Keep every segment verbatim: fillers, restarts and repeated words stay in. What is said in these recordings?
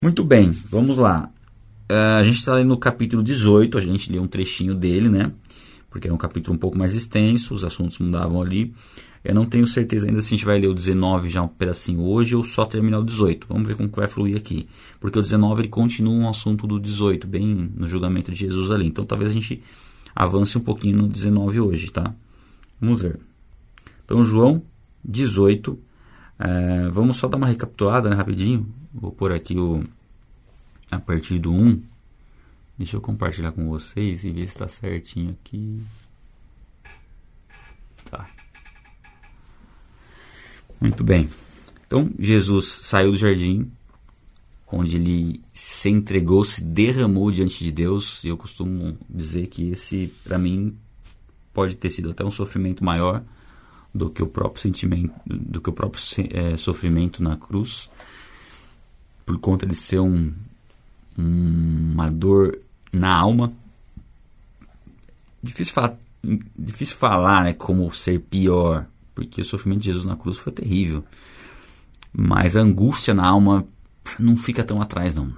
Muito bem, vamos lá. Uh, a gente está ali no capítulo dezoito, a gente leu um trechinho dele, né? Porque era um capítulo um pouco mais extenso, os assuntos mudavam ali. Eu não tenho certeza ainda se a gente vai ler o dezenove já um pedacinho hoje ou só terminar o dezoito. Vamos ver como que vai fluir aqui. Porque o dezenove ele continua um assunto do dezoito, bem no julgamento de Jesus ali. Então talvez a gente avance um pouquinho no dezenove hoje, tá? Vamos ver. Então João dezoito, é, vamos só dar uma recapitulada, né, rapidinho. Vou pôr aqui o, a partir do um. Deixa eu compartilhar com vocês e ver se está certinho aqui. Tá. Muito bem. Então, Jesus saiu do jardim, onde ele se entregou, se derramou diante de Deus. E eu costumo dizer que esse, para mim, pode ter sido até um sofrimento maior do que o próprio sentimento, do que o próprio é, sofrimento na cruz, por conta de ser um, um, uma dor na alma. Difícil falar, difícil falar, né, como ser pior, porque o sofrimento de Jesus na cruz foi terrível. Mas a angústia na alma não fica tão atrás, não.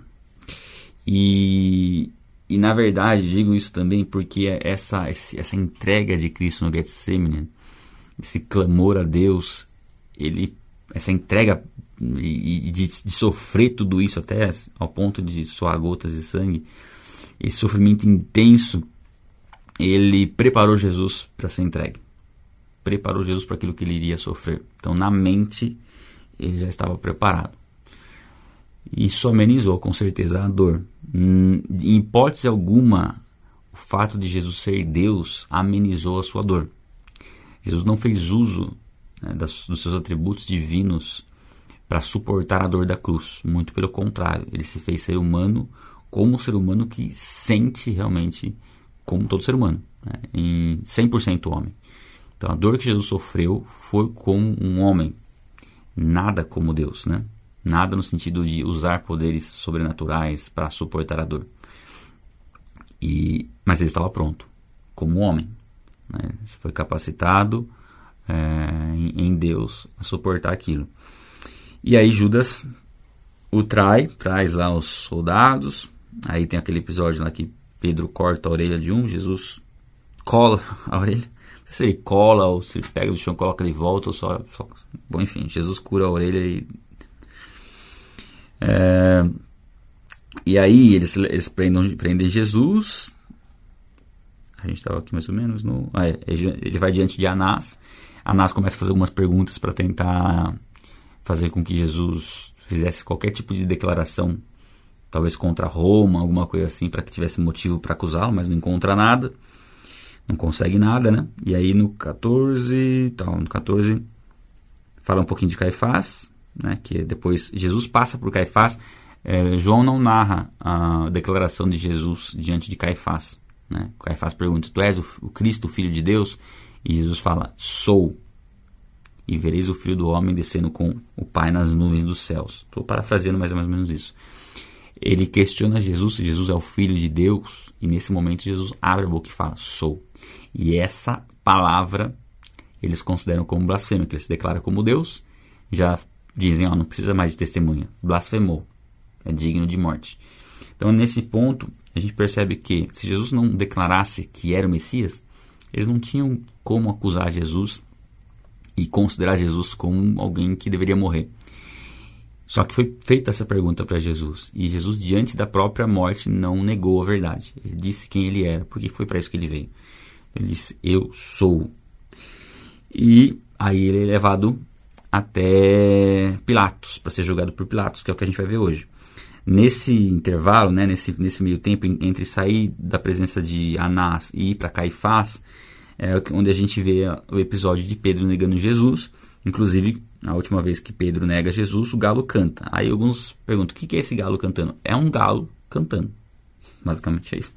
E, e na verdade, digo isso também porque essa, essa entrega de Cristo no Getsemane, esse clamor a Deus, ele, essa entrega e, e de, de sofrer tudo isso até ao ponto de suar gotas de sangue, esse sofrimento intenso, ele preparou Jesus para ser entregue. Preparou Jesus para aquilo que ele iria sofrer. Então, na mente, ele já estava preparado. Isso amenizou, com certeza, a dor. Em hipótese alguma, o fato de Jesus ser Deus amenizou a sua dor. Jesus não fez uso, né, das, dos seus atributos divinos para suportar a dor da cruz. Muito pelo contrário, ele se fez ser humano como um ser humano que sente realmente como todo ser humano, né, em cem por cento homem. Então a dor que Jesus sofreu foi como um homem, nada como Deus, né? Nada no sentido de usar poderes sobrenaturais para suportar a dor. E, mas ele estava pronto, como homem, né? Foi capacitado é, em, em Deus a suportar aquilo. E aí Judas o trai, traz lá os soldados. Aí tem aquele episódio lá que Pedro corta a orelha de um, Jesus cola a orelha. Não sei se ele cola ou se ele pega do chão, coloca de volta ou só, só... Bom, enfim, Jesus cura a orelha e... É... E aí eles, eles prendem, prendem Jesus. A gente estava aqui mais ou menos no... Ah, é, ele vai diante de Anás. Anás começa a fazer algumas perguntas para tentar fazer com que Jesus fizesse qualquer tipo de declaração, talvez contra Roma, alguma coisa assim, para que tivesse motivo para acusá-lo, mas não encontra nada. Não consegue nada, né? E aí no catorze, tal, no catorze, fala um pouquinho de Caifás, né? Que depois Jesus passa por Caifás. É, João não narra a declaração de Jesus diante de Caifás, né? Caifás pergunta: tu és o, o Cristo, o Filho de Deus? E Jesus fala: sou. E vereis o Filho do Homem descendo com o Pai nas nuvens dos céus. Estou parafraseando, mas é mais ou menos isso. Ele questiona Jesus se Jesus é o Filho de Deus, e nesse momento Jesus abre a boca e fala: sou. E essa palavra eles consideram como blasfêmia, que ele se declara como Deus, já dizem: ó, não precisa mais de testemunha, blasfemou, é digno de morte. Então nesse ponto a gente percebe que se Jesus não declarasse que era o Messias, eles não tinham como acusar Jesus e considerar Jesus como alguém que deveria morrer. Só que foi feita essa pergunta para Jesus, e Jesus, diante da própria morte, não negou a verdade. Ele disse quem ele era, porque foi para isso que ele veio. Ele disse: eu sou. E aí ele é levado até Pilatos, para ser julgado por Pilatos, que é o que a gente vai ver hoje. Nesse intervalo, né, nesse, nesse meio tempo, entre sair da presença de Anás e ir para Caifás, é onde a gente vê o episódio de Pedro negando Jesus. Inclusive, a última vez que Pedro nega Jesus, o galo canta. Aí alguns perguntam: o que é esse galo cantando? É um galo cantando. Basicamente é isso.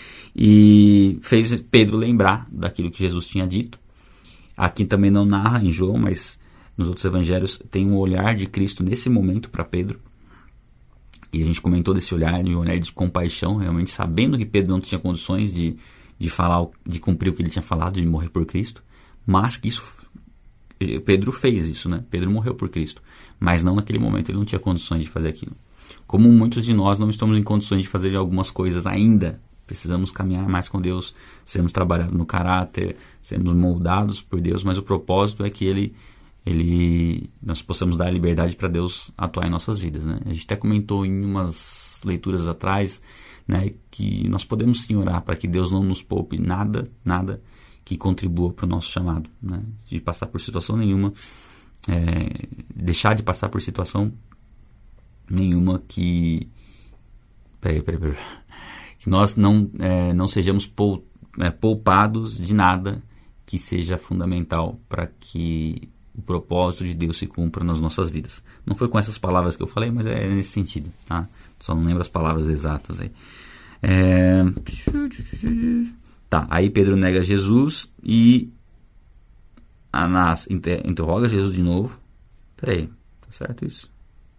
E fez Pedro lembrar daquilo que Jesus tinha dito. Aqui também não narra em João, mas nos outros evangelhos tem um olhar de Cristo nesse momento para Pedro. E a gente comentou desse olhar, de um olhar de compaixão, realmente sabendo que Pedro não tinha condições de, de falar, de cumprir o que ele tinha falado, de morrer por Cristo, mas que isso... Pedro fez isso, né? Pedro morreu por Cristo, mas não naquele momento, ele não tinha condições de fazer aquilo. Como muitos de nós não estamos em condições de fazer algumas coisas ainda, precisamos caminhar mais com Deus, sermos trabalhados no caráter, sermos moldados por Deus, mas o propósito é que Ele, ele nós possamos dar liberdade para Deus atuar em nossas vidas, né? A gente até comentou em umas leituras atrás, né, que nós podemos sim orar para que Deus não nos poupe nada, nada que contribua para o nosso chamado, né, de passar por situação nenhuma, é, deixar de passar por situação nenhuma que, peraí, peraí, peraí, que nós não, é, não sejamos pou, é, poupados de nada que seja fundamental para que o propósito de Deus se cumpra nas nossas vidas. Não foi com essas palavras que eu falei, mas é nesse sentido, tá? Só não lembro as palavras exatas aí. É... Tá, aí Pedro nega Jesus e Anás inter- interroga Jesus de novo. Peraí, tá certo isso?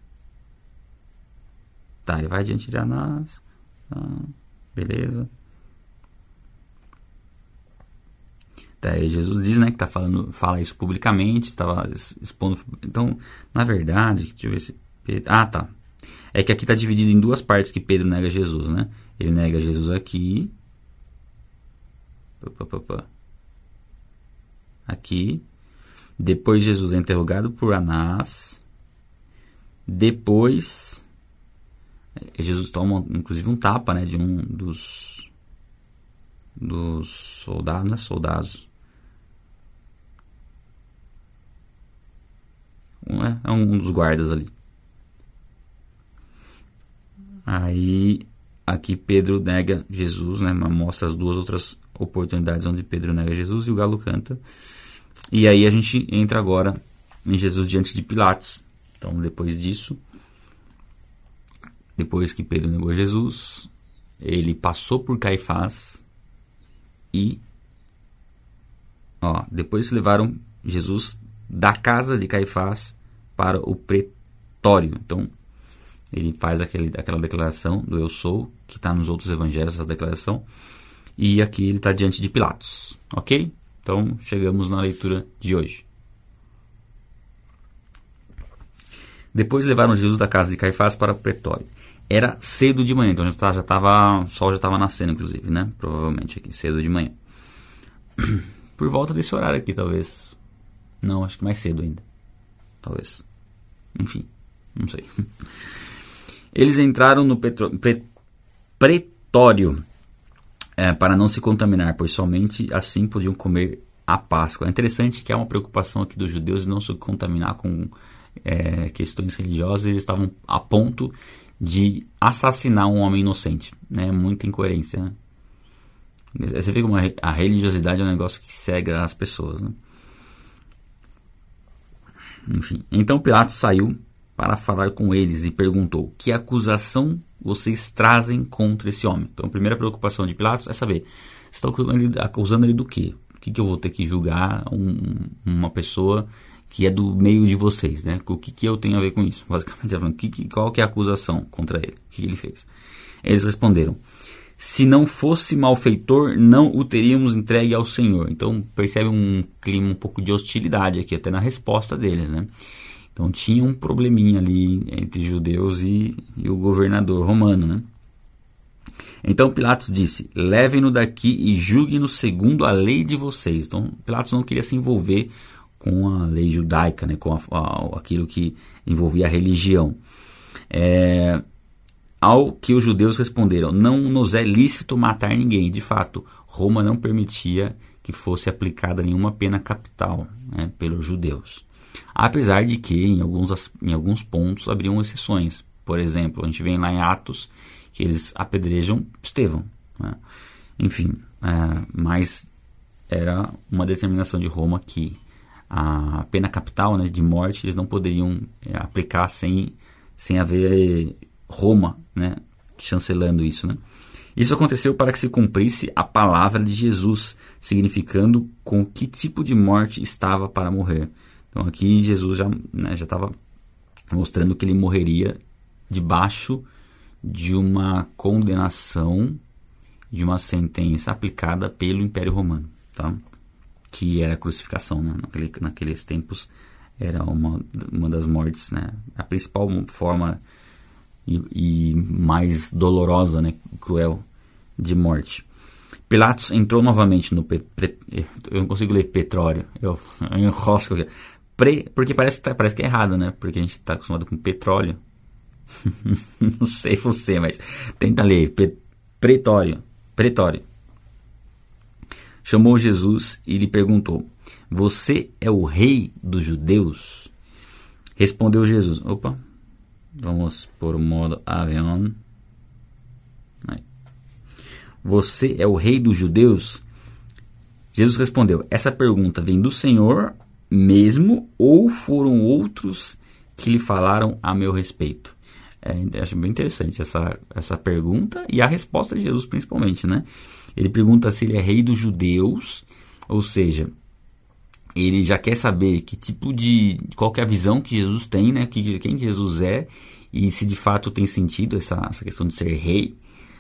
Tá, ele vai diante de Anás. Ah, beleza. Tá, aí Jesus diz, né, que tá falando, fala isso publicamente, estava expondo. Então, na verdade, deixa eu ver se Pedro, ah, tá. É que aqui está dividido em duas partes que Pedro nega Jesus, né? Ele nega Jesus aqui. Aqui. Depois Jesus é interrogado por Anás. Depois Jesus toma, inclusive, um tapa, né, de um dos, dos soldados, né, soldados. Um, é, é um dos guardas ali. Aí, aqui Pedro nega Jesus, né? Mostra as duas outras oportunidades onde Pedro nega Jesus e o galo canta. E aí a gente entra agora em Jesus diante de Pilatos. Então, depois disso, depois que Pedro negou Jesus, ele passou por Caifás e, ó, depois se levaram Jesus da casa de Caifás para o pretório. Então, ele faz aquele, aquela declaração do eu sou, que está nos outros evangelhos, essa declaração. E aqui ele está diante de Pilatos. Ok? Então, chegamos na leitura de hoje. Depois levaram Jesus da casa de Caifás para o pretório. Era cedo de manhã, então já estava, já estava, o sol já estava nascendo, inclusive, né? Provavelmente aqui, cedo de manhã. Por volta desse horário aqui, talvez. Não, acho que mais cedo ainda. Talvez. Enfim, não sei. Eles entraram no petro, pre, pretório é, para não se contaminar, pois somente assim podiam comer a Páscoa. É interessante que há uma preocupação aqui dos judeus de não se contaminar com é, questões religiosas. Eles estavam a ponto de assassinar um homem inocente, né? Muita incoerência, né? Você vê como a religiosidade é um negócio que cega as pessoas, né? Enfim, então Pilatos saiu para falar com eles e perguntou: que acusação vocês trazem contra esse homem? Então a primeira preocupação de Pilatos é saber: estão acusando ele, acusando ele do quê? O que, que eu vou ter que julgar um, uma pessoa que é do meio de vocês, né? O que, que eu tenho a ver com isso? Basicamente, falando, que, que, qual que é a acusação contra ele? O que, que ele fez? Eles responderam: se não fosse malfeitor, não o teríamos entregue ao Senhor. Então percebe um clima um pouco de hostilidade aqui, até na resposta deles, né? Então tinha um probleminha ali entre judeus e, e o governador romano, né? Então Pilatos disse: levem-no daqui e julguem-no segundo a lei de vocês. Então Pilatos não queria se envolver com a lei judaica, né? Com a, a, aquilo que envolvia a religião. É, ao que os judeus responderam: não nos é lícito matar ninguém. De fato, Roma não permitia que fosse aplicada nenhuma pena capital, né, pelos judeus. Apesar de que em alguns, em alguns pontos abriam exceções. Por exemplo, a gente vê lá em Atos que eles apedrejam Estevão, né? Enfim, é, mas era uma determinação de Roma que a pena capital, né, de morte eles não poderiam é, aplicar sem, sem haver Roma, né, chancelando isso, né? Isso aconteceu para que se cumprisse a palavra de Jesus, significando com que tipo de morte estava para morrer. Então aqui Jesus já, né, já estava mostrando que ele morreria debaixo de uma condenação, de uma sentença aplicada pelo Império Romano, tá? Que era a crucificação, né? Naquele, naqueles tempos era uma, uma das mortes, né? A principal forma e, e mais dolorosa, né, cruel, de morte. Pilatos entrou novamente no... Pe, pre, eu não consigo ler petróleo, eu, eu enrosco aqui. Pre, porque parece, parece que é errado, né? Porque a gente está acostumado com petróleo. Não sei você, mas tenta ler. Pe, pretório. Pretório. Chamou Jesus e lhe perguntou: você é o rei dos judeus? Respondeu Jesus. Opa. Vamos por modo avião. Aí. Você é o rei dos judeus? Jesus respondeu: essa pergunta vem do Senhor mesmo, ou foram outros que lhe falaram a meu respeito? É, acho bem interessante essa, essa pergunta e a resposta de Jesus principalmente, né? Ele pergunta se ele é rei dos judeus, ou seja, ele já quer saber que tipo de, qual que é a visão que Jesus tem, né? Que, quem Jesus é e se de fato tem sentido essa, essa questão de ser rei,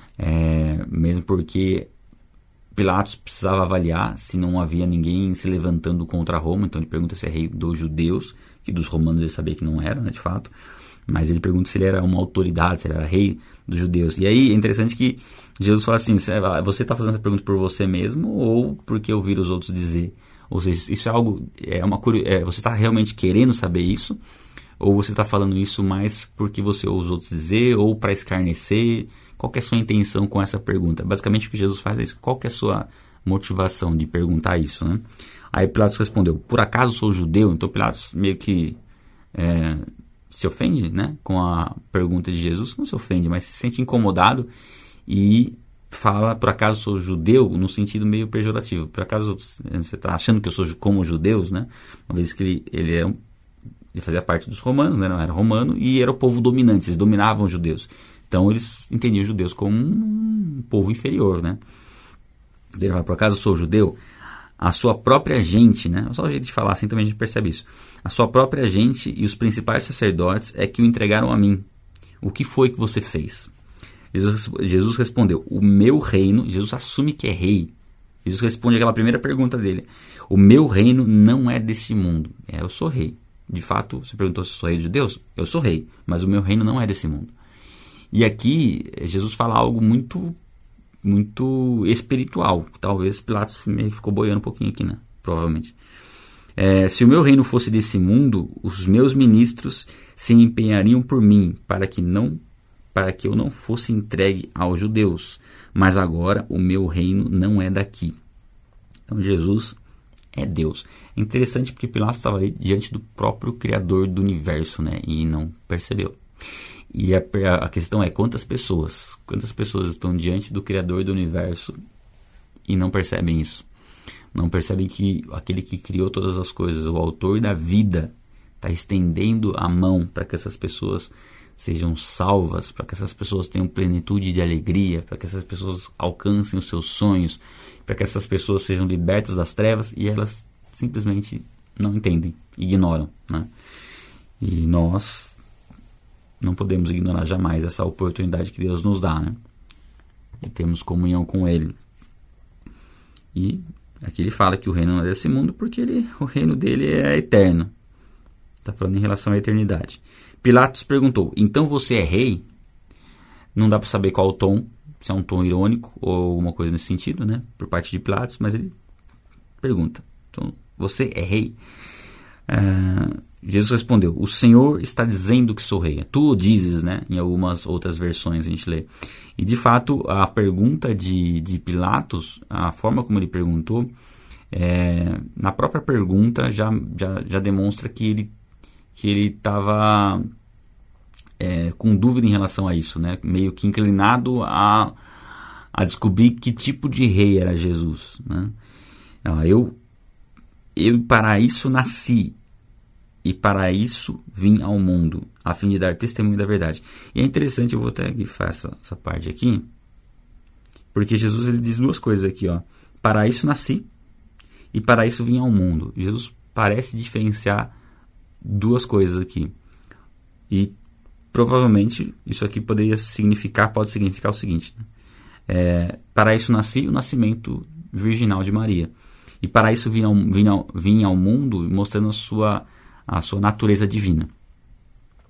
é, mesmo porque Pilatos precisava avaliar se não havia ninguém se levantando contra Roma, então ele pergunta se é rei dos judeus, que dos romanos ele sabia que não era, né, de fato, mas ele pergunta se ele era uma autoridade, se ele era rei dos judeus. E aí é interessante que Jesus fala assim: você está fazendo essa pergunta por você mesmo ou porque ouvir os outros dizer? Ou seja, isso é algo, é uma é, você está realmente querendo saber isso? Ou você está falando isso mais porque você ouve os outros dizer ou para escarnecer? Qual que é a sua intenção com essa pergunta? Basicamente o que Jesus faz é isso. Qual que é a sua motivação de perguntar isso, né? Aí Pilatos respondeu: por acaso sou judeu? Então Pilatos meio que é, se ofende, né, com a pergunta de Jesus. Não se ofende, mas se sente incomodado e fala: por acaso sou judeu? No sentido meio pejorativo. Por acaso você está achando que eu sou como judeus, né? Uma vez que ele, ele, era um, ele fazia parte dos romanos, né? Não era romano e era o povo dominante, eles dominavam os judeus. Então eles entendiam os judeus como um povo inferior, né? Ele fala: por acaso sou judeu? A sua própria gente, né? Só o jeito de falar assim também a gente percebe isso. A sua própria gente e os principais sacerdotes é que o entregaram a mim. O que foi que você fez? Jesus, Jesus respondeu: o meu reino. Jesus assume que é rei. Jesus responde aquela primeira pergunta dele: o meu reino não é deste mundo. É, eu sou rei. De fato, você perguntou se eu sou rei de Deus? Eu sou rei, mas o meu reino não é desse mundo. E aqui Jesus fala algo muito, muito espiritual. Talvez Pilatos meio ficou boiando um pouquinho aqui, né? Provavelmente. É, se o meu reino fosse desse mundo, os meus ministros se empenhariam por mim para que, não, para que eu não fosse entregue aos judeus. Mas agora o meu reino não é daqui. Então Jesus é Deus. É interessante porque Pilatos estava ali diante do próprio Criador do universo, né? E não percebeu. E a, a questão é: quantas pessoas, quantas pessoas estão diante do Criador do universo e não percebem isso? Não percebem que aquele que criou todas as coisas, o autor da vida, está estendendo a mão para que essas pessoas sejam salvas, para que essas pessoas tenham plenitude de alegria, para que essas pessoas alcancem os seus sonhos, para que essas pessoas sejam libertas das trevas, e elas simplesmente não entendem, ignoram, né? E nós não podemos ignorar jamais essa oportunidade que Deus nos dá, né? E temos comunhão com Ele. E aqui ele fala que o reino não é desse mundo porque ele, o reino dele é eterno. Está falando em relação à eternidade. Pilatos perguntou: então você é rei? Não dá para saber qual o tom, se é um tom irônico ou alguma coisa nesse sentido, né? Por parte de Pilatos, mas ele pergunta: então você é rei? Ah... Jesus respondeu: o Senhor está dizendo que sou rei. Tu o dizes, né? Em algumas outras versões a gente lê. E de fato a pergunta de, de Pilatos, a forma como ele perguntou, é, na própria pergunta já, já, já demonstra que ele que ele estava é, com dúvida em relação a isso, né? Meio que inclinado a, a descobrir que tipo de rei era Jesus, né? Eu, eu para isso nasci. E para isso vim ao mundo, a fim de dar testemunho da verdade. E é interessante, eu vou até grifar essa, essa parte aqui, porque Jesus ele diz duas coisas aqui, ó. Para isso nasci e para isso vim ao mundo. Jesus parece diferenciar duas coisas aqui. E provavelmente isso aqui poderia significar, pode significar o seguinte, né? É, para isso nasci, o nascimento virginal de Maria. E para isso vim ao, vim ao, vim ao mundo mostrando a sua... a sua natureza divina.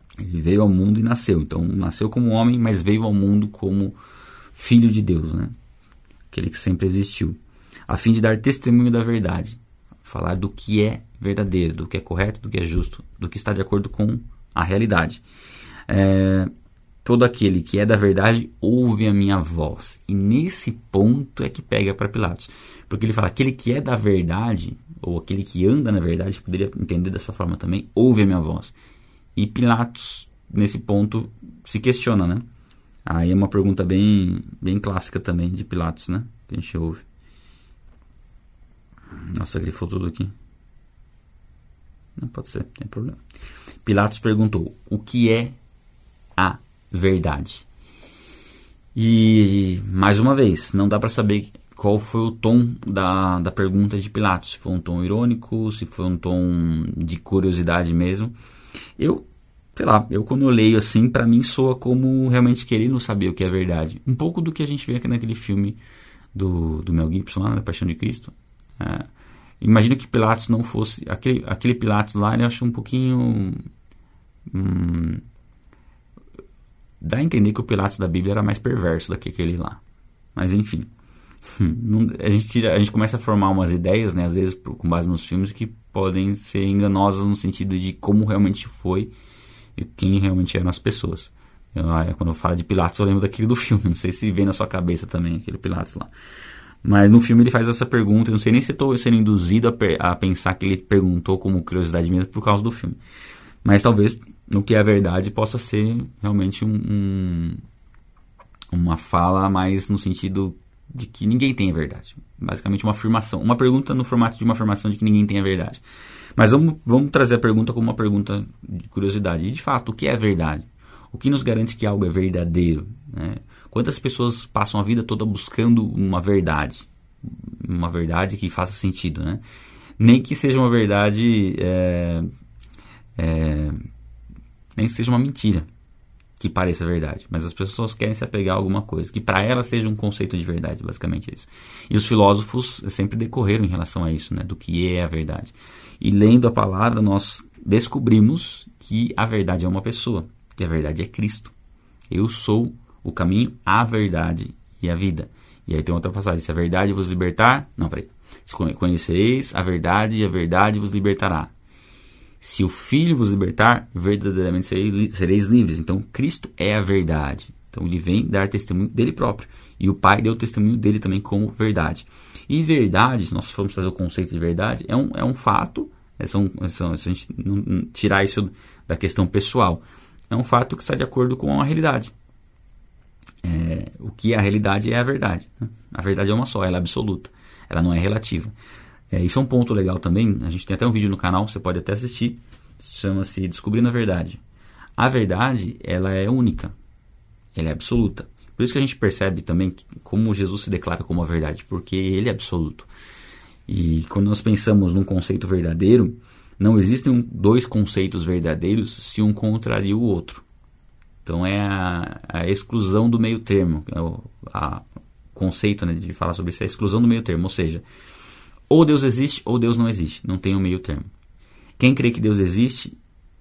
Ele veio ao mundo e nasceu. Então, nasceu como homem, mas veio ao mundo como filho de Deus, né? Aquele que sempre existiu. A fim de dar testemunho da verdade. Falar do que é verdadeiro, do que é correto, do que é justo, do que está de acordo com a realidade. É, todo aquele que é da verdade ouve a minha voz. E nesse ponto é que pega para Pilatos. Porque ele fala, aquele que é da verdade, ou aquele que anda na verdade, poderia entender dessa forma também, ouve a minha voz. E Pilatos, nesse ponto, se questiona, né? Aí é uma pergunta bem, bem clássica também de Pilatos, né? Que a gente ouve. Nossa, grifou tudo aqui. Não pode ser, não tem problema. Pilatos perguntou, o que é a verdade? E, mais uma vez, não dá para saber qual foi o tom da, da pergunta de Pilatos. Se foi um tom irônico, se foi um tom de curiosidade mesmo. Eu, sei lá, eu quando eu leio assim, pra mim soa como realmente querendo saber o que é verdade. Um pouco do que a gente vê aqui naquele filme do, do Mel Gibson, lá na Paixão de Cristo. É, imagino que Pilatos não fosse... Aquele, aquele Pilatos lá, ele acha um pouquinho... Hum, dá a entender que o Pilatos da Bíblia era mais perverso do que aquele lá. Mas enfim... Não, a, gente tira, a gente começa a formar umas ideias, né, às vezes com base nos filmes, que podem ser enganosas no sentido de como realmente foi e quem realmente eram as pessoas. Eu, quando eu falo de Pilatos, eu lembro daquele do filme. Não sei se vem na sua cabeça também aquele Pilatos lá. Mas no filme ele faz essa pergunta. Eu não sei nem se estou sendo induzido a, per, a pensar que ele perguntou como curiosidade mesmo por causa do filme. Mas talvez o que é a verdade possa ser realmente um, um, uma fala mais no sentido de que ninguém tem a verdade. Basicamente uma afirmação. Uma pergunta no formato de uma afirmação de que ninguém tem a verdade. Mas vamos, vamos trazer a pergunta como uma pergunta de curiosidade. E de fato, o que é a verdade? O que nos garante que algo é verdadeiro? Né? Quantas pessoas passam a vida toda buscando uma verdade? Uma verdade que faça sentido, né? Nem que seja uma verdade... É, é, nem que seja uma mentira que pareça verdade, mas as pessoas querem se apegar a alguma coisa, que para elas seja um conceito de verdade, basicamente é isso. E os filósofos sempre decorreram em relação a isso, né, do que é a verdade. E lendo a palavra, nós descobrimos que a verdade é uma pessoa, que a verdade é Cristo. Eu sou o caminho, a verdade e a vida. E aí tem outra passagem, se a verdade vos libertar... Não, peraí. Conhecereis a verdade e a verdade vos libertará. Se o Filho vos libertar, verdadeiramente sereis livres. Então, Cristo é a verdade. Então, ele vem dar testemunho dele próprio. E o Pai deu testemunho dele também como verdade. E verdade, se nós formos fazer o conceito de verdade, é um, é um fato. É, são, são, se a gente não tirar isso da questão pessoal, é um fato que está de acordo com a realidade. É, o que é a realidade é a verdade. Né? A verdade é uma só, ela é absoluta. Ela não é relativa. É, isso é um ponto legal também. A gente tem até um vídeo no canal, você pode até assistir. Chama-se Descobrindo a Verdade. A verdade, ela é única. Ela é absoluta. Por isso que a gente percebe também que, como Jesus se declara como a verdade. Porque ele é absoluto. E quando nós pensamos num conceito verdadeiro, não existem um, dois conceitos verdadeiros se um contraria o outro. Então é a, a exclusão do meio termo. É o a conceito, né, de falar sobre isso é a exclusão do meio termo. Ou seja... Ou Deus existe, ou Deus não existe. Não tem um meio termo. Quem crê que Deus existe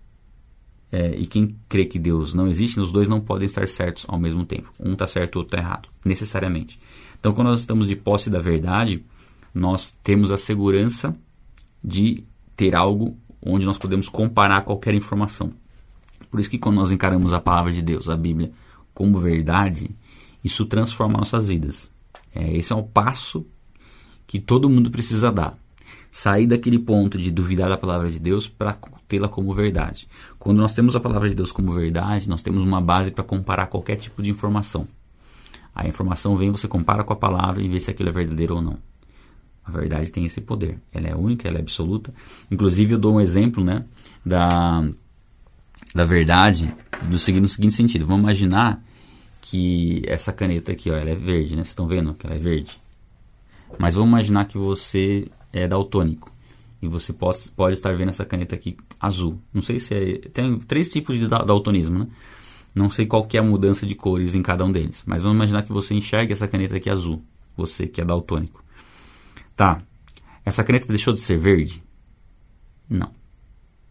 é, e quem crê que Deus não existe, os dois não podem estar certos ao mesmo tempo. Um está certo, o outro está errado. Necessariamente. Então, quando nós estamos de posse da verdade, nós temos a segurança de ter algo onde nós podemos comparar qualquer informação. Por isso que quando nós encaramos a palavra de Deus, a Bíblia, como verdade, isso transforma nossas vidas. É, esse é o passo que todo mundo precisa dar. Sair daquele ponto de duvidar da palavra de Deus para tê-la como verdade. Quando nós temos a palavra de Deus como verdade, nós temos uma base para comparar qualquer tipo de informação. A informação vem, você compara com a palavra e vê se aquilo é verdadeiro ou não. A verdade tem esse poder. Ela é única, ela é absoluta. Inclusive eu dou um exemplo, né, da, da verdade do seguinte, no seguinte sentido. Vamos imaginar que essa caneta aqui, ó, ela é verde, né? Vocês estão vendo que ela é verde? Mas vamos imaginar que você é daltônico e você pode, pode estar vendo essa caneta aqui azul. Não sei se é... Tem três tipos de daltonismo, né? Não sei qual que é a mudança de cores em cada um deles. Mas vamos imaginar que você enxergue essa caneta aqui azul. Você que é daltônico. Tá. Essa caneta deixou de ser verde? Não.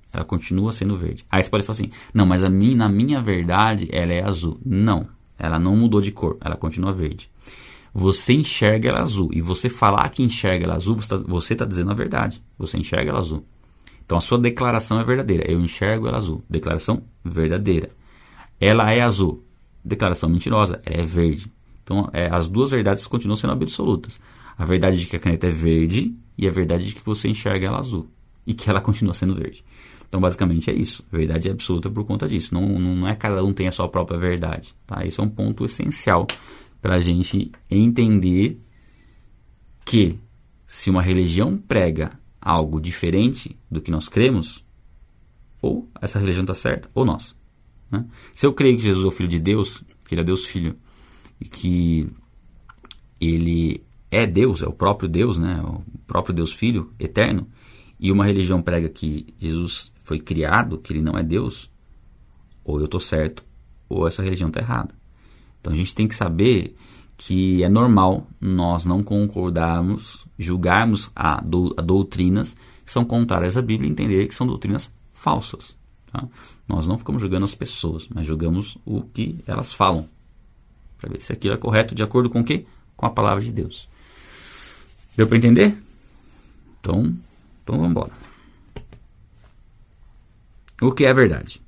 ela continua sendo verde. Aí você pode falar assim, não, mas a mim, na minha verdade ela é azul. Não, ela não mudou de cor, ela continua verde. Você enxerga ela azul, e você falar que enxerga ela azul, você está dizendo a verdade, você enxerga ela azul. Então a sua declaração é verdadeira, eu enxergo ela azul, declaração verdadeira. Ela é azul, declaração mentirosa, ela é verde. Então é, as duas verdades continuam sendo absolutas. A verdade de que a caneta é verde e a verdade de que você enxerga ela azul e que ela continua sendo verde. Então basicamente é isso, a verdade é absoluta por conta disso. Não, não é cada um tem a sua própria verdade. Tá? Esse é um ponto essencial para a gente entender que se uma religião prega algo diferente do que nós cremos, ou essa religião está certa, ou nós. Né? Se eu creio que Jesus é o Filho de Deus, que Ele é Deus Filho, e que Ele é Deus, é o próprio Deus, né? O próprio Deus Filho, eterno, e uma religião prega que Jesus foi criado, que Ele não é Deus, ou eu estou certo, ou essa religião está errada. Então a gente tem que saber que é normal nós não concordarmos, julgarmos a, do, a doutrinas que são contrárias à Bíblia e entender que são doutrinas falsas. Tá? Nós não ficamos julgando as pessoas, mas julgamos o que elas falam, para ver se aquilo é correto de acordo com o quê? Com a palavra de Deus. Deu para entender? Então, então vamos embora. O que é verdade?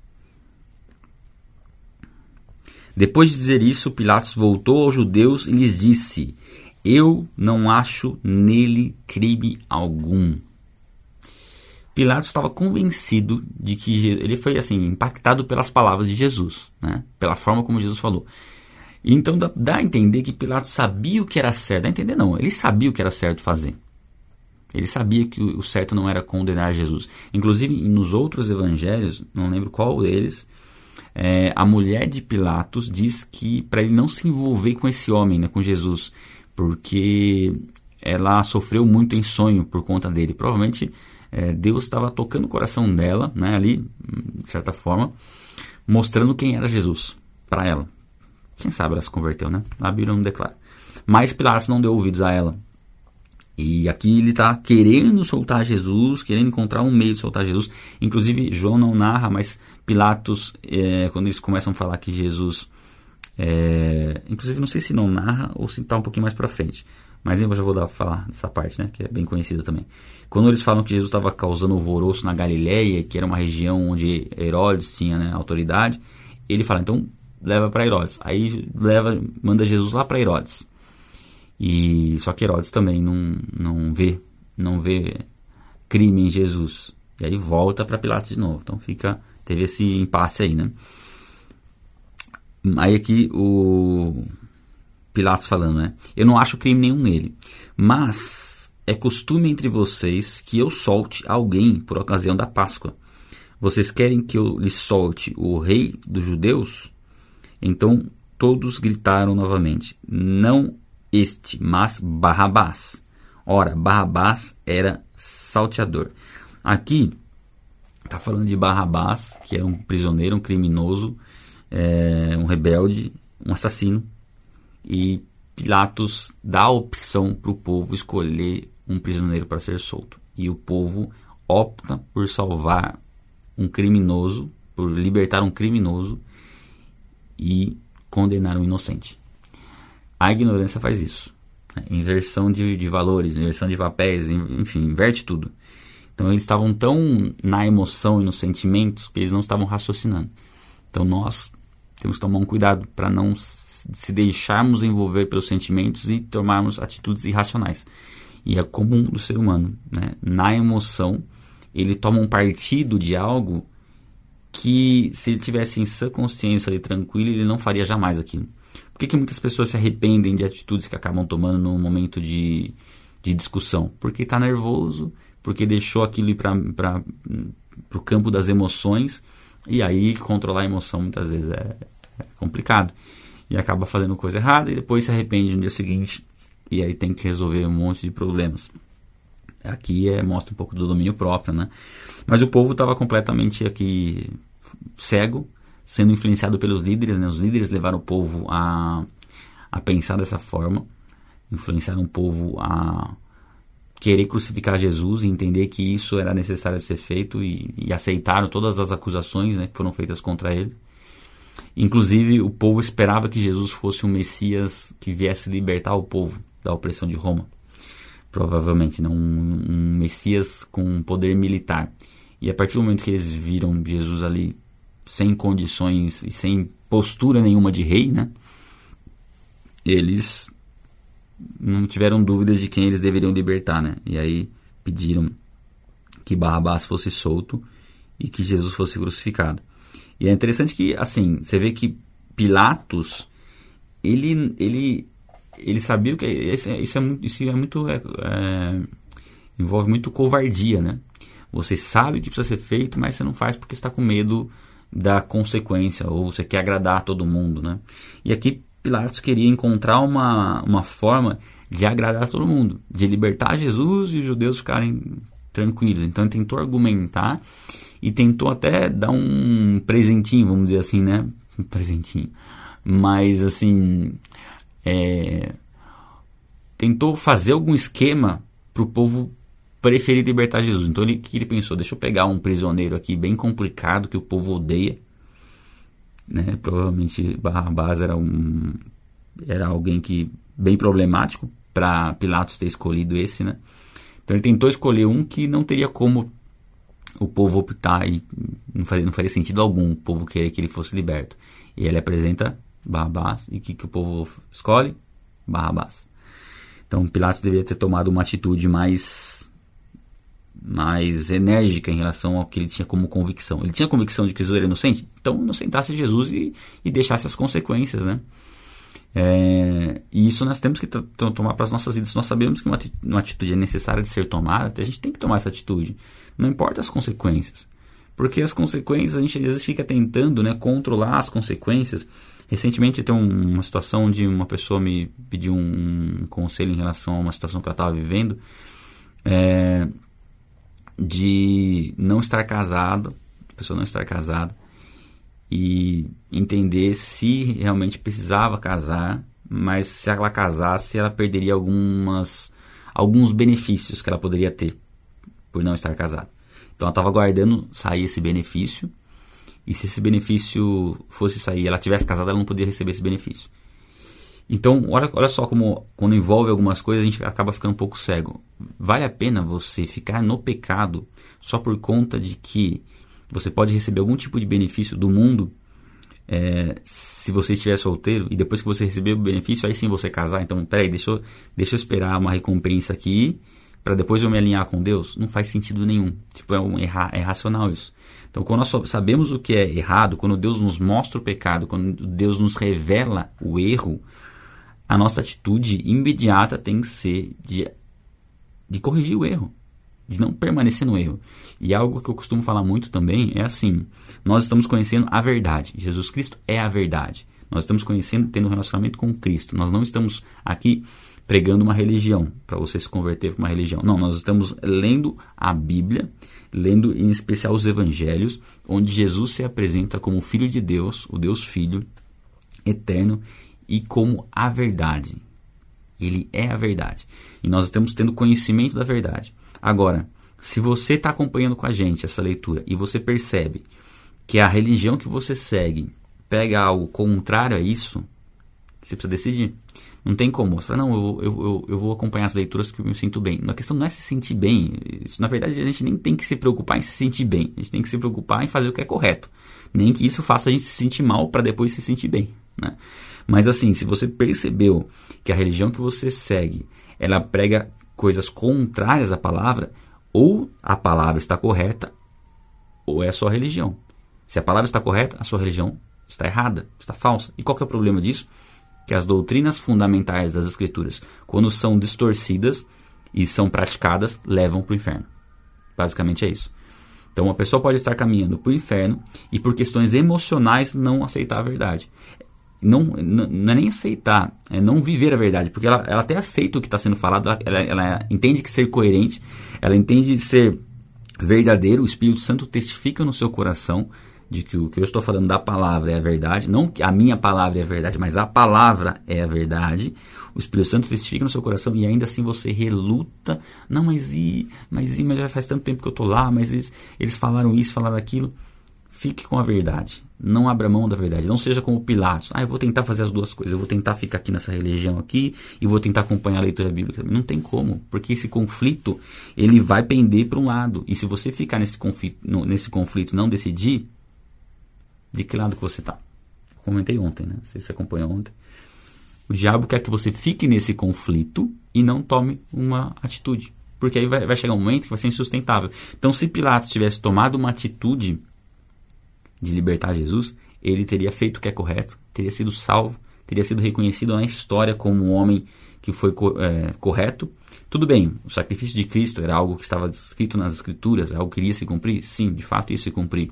Depois de dizer isso, Pilatos voltou aos judeus e lhes disse: eu não acho nele crime algum. Pilatos estava convencido de que ele foi assim impactado pelas palavras de Jesus, né? Pela forma como Jesus falou. Então dá, dá a entender que Pilatos sabia o que era certo. Dá a entender não, ele sabia o que era certo fazer. Ele sabia que o certo não era condenar Jesus. Inclusive nos outros evangelhos, não lembro qual deles, É, a mulher de Pilatos diz que para ele não se envolver com esse homem, né, com Jesus, porque ela sofreu muito em sonho por conta dele. Provavelmente é, Deus estava tocando o coração dela, né, ali, de certa forma, mostrando quem era Jesus para ela. Quem sabe ela se converteu, né? A Bíblia não declara. Mas Pilatos não deu ouvidos a ela. E aqui ele está querendo soltar Jesus, querendo encontrar um meio de soltar Jesus. Inclusive, João não narra, mas Pilatos, é, quando eles começam a falar que Jesus... É, inclusive, não sei se não narra ou se está um pouquinho mais para frente. Mas eu já vou dar, falar dessa parte, né, que é bem conhecida também. Quando eles falam que Jesus estava causando alvoroço na Galileia, que era uma região onde Herodes tinha, né, autoridade, ele fala, então leva para Herodes. Aí leva, manda Jesus lá para Herodes. E, só que Herodes também não, não, vê, não vê crime em Jesus. E aí volta para Pilatos de novo. Então fica, teve esse impasse aí, né? Aí aqui o Pilatos falando, né? Eu não acho crime nenhum nele. Mas é costume entre vocês que eu solte alguém por ocasião da Páscoa. Vocês querem que eu lhes solte o rei dos judeus? Então todos gritaram novamente. Não este, mas Barrabás. Ora, Barrabás era salteador. Aqui está falando de Barrabás, que era um prisioneiro, um criminoso, é, um rebelde, um assassino. E Pilatos dá a opção para o povo escolher um prisioneiro para ser solto. E o povo opta por salvar um criminoso, por libertar um criminoso e condenar um inocente. A ignorância faz isso. Inversão de, de valores, inversão de papéis, enfim, inverte tudo. Então eles estavam tão na emoção e nos sentimentos que eles não estavam raciocinando. Então nós temos que tomar um cuidado para não se deixarmos envolver pelos sentimentos e tomarmos atitudes irracionais. E é comum do ser humano, né? Na emoção, ele toma um partido de algo que, se ele tivesse em sã consciência ali, tranquilo, ele não faria jamais aquilo. Por que, que muitas pessoas se arrependem de atitudes que acabam tomando no momento de, de discussão? Porque está nervoso, porque deixou aquilo ir para o campo das emoções, e aí controlar a emoção muitas vezes é, é complicado. E acaba fazendo coisa errada e depois se arrepende no dia seguinte, e aí tem que resolver um monte de problemas. Aqui é, mostra um pouco do domínio próprio, né? Mas o povo estava completamente aqui cego, sendo influenciado pelos líderes, né? Os líderes levaram o povo a, a pensar dessa forma, influenciaram o povo a querer crucificar Jesus e entender que isso era necessário de ser feito e, e aceitaram todas as acusações, né, que foram feitas contra ele. Inclusive, o povo esperava que Jesus fosse um Messias que viesse libertar o povo da opressão de Roma. Provavelmente, não um, um Messias com poder militar. E a partir do momento que eles viram Jesus ali sem condições e sem postura nenhuma de rei, né, eles não tiveram dúvidas de quem eles deveriam libertar, né? E aí pediram que Barrabás fosse solto e que Jesus fosse crucificado. E é interessante que, assim, você vê que Pilatos, ele, ele, ele sabia que isso é, isso é muito, isso é muito é, é, envolve muito covardia, né? Você sabe o que precisa ser feito, mas você não faz porque está com medo da consequência, ou você quer agradar a todo mundo, né? E aqui Pilatos queria encontrar uma, uma forma de agradar a todo mundo, de libertar Jesus e os judeus ficarem tranquilos. Então ele tentou argumentar e tentou até dar um presentinho, vamos dizer assim, né? Um presentinho. Mas, assim, é, tentou fazer algum esquema para o povo preferir libertar Jesus. Então ele, que ele pensou, deixa eu pegar um prisioneiro aqui bem complicado que o povo odeia, né? Provavelmente Barrabás era um era alguém que bem problemático para Pilatos ter escolhido esse, né? Então ele tentou escolher um que não teria como o povo optar e não faria, não faria sentido algum o povo querer que ele fosse liberto. E ele apresenta Barrabás e o que, que o povo escolhe? Barrabás. Então Pilatos deveria ter tomado uma atitude mais mais enérgica em relação ao que ele tinha como convicção. Ele tinha convicção de que Jesus era inocente, então inocentasse Jesus e, e deixasse as consequências, né? É, e isso nós temos que t- t- tomar para as nossas vidas. Nós sabemos que uma, ati- uma atitude é necessária de ser tomada, a gente tem que tomar essa atitude, não importa as consequências, porque as consequências a gente às vezes fica tentando, né, controlar as consequências. Recentemente tem um, uma situação onde uma pessoa me pediu um, um conselho em relação a uma situação que ela estava vivendo, é, de não estar casado, a pessoa não estar casada, e entender se realmente precisava casar, mas se ela casasse, ela perderia algumas, alguns benefícios que ela poderia ter por não estar casada. Então ela estava aguardando sair esse benefício, e se esse benefício fosse sair, ela tivesse casada, ela não poderia receber esse benefício. Então, olha, olha só como quando envolve algumas coisas, a gente acaba ficando um pouco cego. Vale a pena você ficar no pecado só por conta de que você pode receber algum tipo de benefício do mundo, é, se você estiver solteiro, e depois que você receber o benefício, aí sim você casar? Então, peraí, deixa eu, deixa eu esperar uma recompensa aqui, para depois eu me alinhar com Deus? Não faz sentido nenhum. Tipo, é, um erra, é irracional isso. Então, quando nós sabemos o que é errado, quando Deus nos mostra o pecado, quando Deus nos revela o erro, a nossa atitude imediata tem que ser de, de corrigir o erro, de não permanecer no erro. E algo que eu costumo falar muito também é assim, nós estamos conhecendo a verdade. Jesus Cristo é a verdade. Nós estamos conhecendo, tendo um relacionamento com Cristo. Nós não estamos aqui pregando uma religião, para você se converter para uma religião. Não, nós estamos lendo a Bíblia, lendo em especial os Evangelhos, onde Jesus se apresenta como o Filho de Deus, o Deus Filho, eterno, e como a verdade. Ele é a verdade. E nós estamos tendo conhecimento da verdade. Agora, se você está acompanhando com a gente essa leitura e você percebe que a religião que você segue pega algo contrário a isso, você precisa decidir. Não tem como. Você fala, não, eu, eu, eu, eu vou acompanhar as leituras que eu me sinto bem. A questão não é se sentir bem. Isso, na verdade, a gente nem tem que se preocupar em se sentir bem. A gente tem que se preocupar em fazer o que é correto. Nem que isso faça a gente se sentir mal para depois se sentir bem, né? Mas assim, se você percebeu que a religião que você segue, ela prega coisas contrárias à palavra, ou a palavra está correta, ou é a sua religião. Se a palavra está correta, a sua religião está errada, está falsa. E qual que é o problema disso? Que as doutrinas fundamentais das Escrituras, quando são distorcidas e são praticadas, levam para o inferno. Basicamente é isso. Então uma pessoa pode estar caminhando para o inferno e por questões emocionais não aceitar a verdade. Não, não, não é nem aceitar, é não viver a verdade, porque ela, ela até aceita o que está sendo falado, ela, ela, ela entende que ser coerente, ela entende ser verdadeiro, o Espírito Santo testifica no seu coração de que o que eu estou falando da palavra é a verdade, não que a minha palavra é a verdade, mas a palavra é a verdade, o Espírito Santo testifica no seu coração e ainda assim você reluta, não, mas e, mas e, mas já faz tanto tempo que eu estou lá, mas eles, eles falaram isso, falaram aquilo. Fique com a verdade, não abra mão da verdade, não seja como Pilatos, ah, eu vou tentar fazer as duas coisas, eu vou tentar ficar aqui nessa religião aqui e vou tentar acompanhar a leitura bíblica. Não tem como, porque esse conflito, ele vai pender para um lado, e se você ficar nesse conflito, nesse conflito e não decidir, de que lado que você está? Eu comentei ontem, né? Não sei se você acompanhou ontem. O diabo quer que você fique nesse conflito e não tome uma atitude, porque aí vai, vai chegar um momento que vai ser insustentável. Então, se Pilatos tivesse tomado uma atitude de libertar Jesus, ele teria feito o que é correto, teria sido salvo, teria sido reconhecido na história como um homem que foi é, correto. Tudo bem, o sacrifício de Cristo era algo que estava escrito nas Escrituras, algo que iria se cumprir? Sim, de fato ia se cumprir.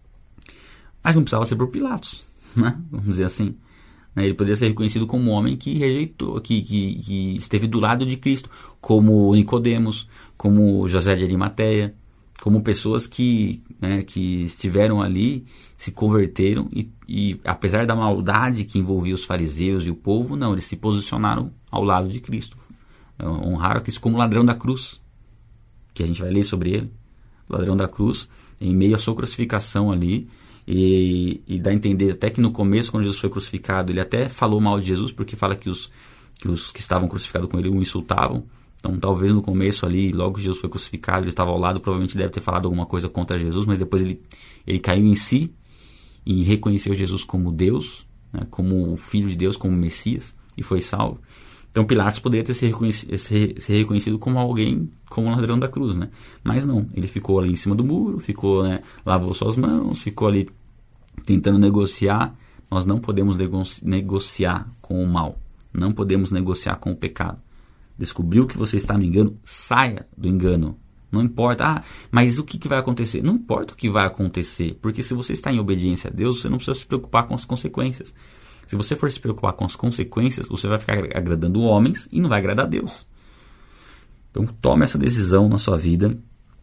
Mas não precisava ser por Pilatos, né? Vamos dizer assim. Ele poderia ser reconhecido como um homem que rejeitou, que, que, que esteve do lado de Cristo, como Nicodemos, como José de Arimateia, como pessoas que, né, que estiveram ali, se converteram e, e, apesar da maldade que envolvia os fariseus e o povo, não, eles se posicionaram ao lado de Cristo. Honraram Cristo como ladrão da cruz, que a gente vai ler sobre ele. O ladrão da cruz, em meio à sua crucificação ali, e, e dá a entender até que no começo, quando Jesus foi crucificado, ele até falou mal de Jesus, porque fala que os que, os que estavam crucificados com ele o insultavam. Então, talvez no começo ali, logo que Jesus foi crucificado, ele estava ao lado, provavelmente deve ter falado alguma coisa contra Jesus, mas depois ele, ele caiu em si e reconheceu Jesus como Deus, né, como o Filho de Deus, como Messias, e foi salvo. Então, Pilatos poderia ter ser reconhecido, ser, ser reconhecido como alguém, como um ladrão da cruz, né? Mas não, ele ficou ali em cima do muro, ficou, né, lavou suas mãos, ficou ali tentando negociar. Nós não podemos nego- negociar com o mal, não podemos negociar com o pecado. Descobriu que você está no engano, saia do engano. Não importa, ah, mas o que, que vai acontecer? Não importa o que vai acontecer, porque se você está em obediência a Deus, você não precisa se preocupar com as consequências. Se você for se preocupar com as consequências, você vai ficar agradando homens e não vai agradar a Deus. Então, tome essa decisão na sua vida.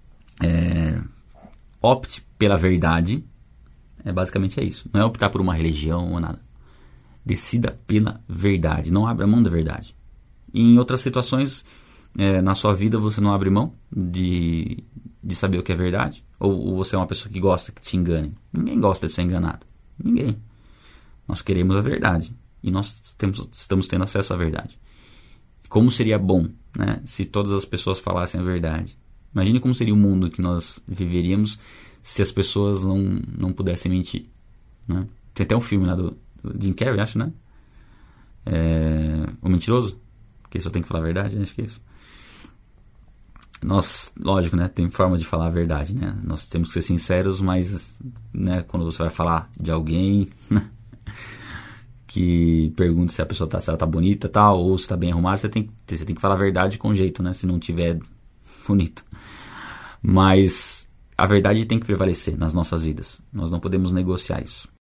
É, opte pela verdade. É, basicamente é isso. Não é optar por uma religião ou nada. Decida pela verdade. Não abra mão da verdade. E em outras situações, é, na sua vida, você não abre mão de, de saber o que é verdade? Ou, ou você é uma pessoa que gosta que te engane? Ninguém gosta de ser enganado. Ninguém. Nós queremos a verdade. E nós temos, estamos tendo acesso à verdade. Como seria bom, né, se todas as pessoas falassem a verdade? Imagine como seria o mundo que nós viveríamos se as pessoas não, não pudessem mentir. Né? Tem até um filme lá do, do Jim Carrey, acho, né? É, O Mentiroso. Que só tem que falar a verdade, acho que é isso. Nós, lógico, né, tem formas de falar a verdade, né? Nós temos que ser sinceros, mas, né, quando você vai falar de alguém, né, que pergunta se a pessoa tá, se ela tá bonita, tal, ou se tá bem arrumada, você tem, você tem que falar a verdade com jeito, né? Se não tiver bonito. Mas a verdade tem que prevalecer nas nossas vidas. Nós não podemos negociar isso.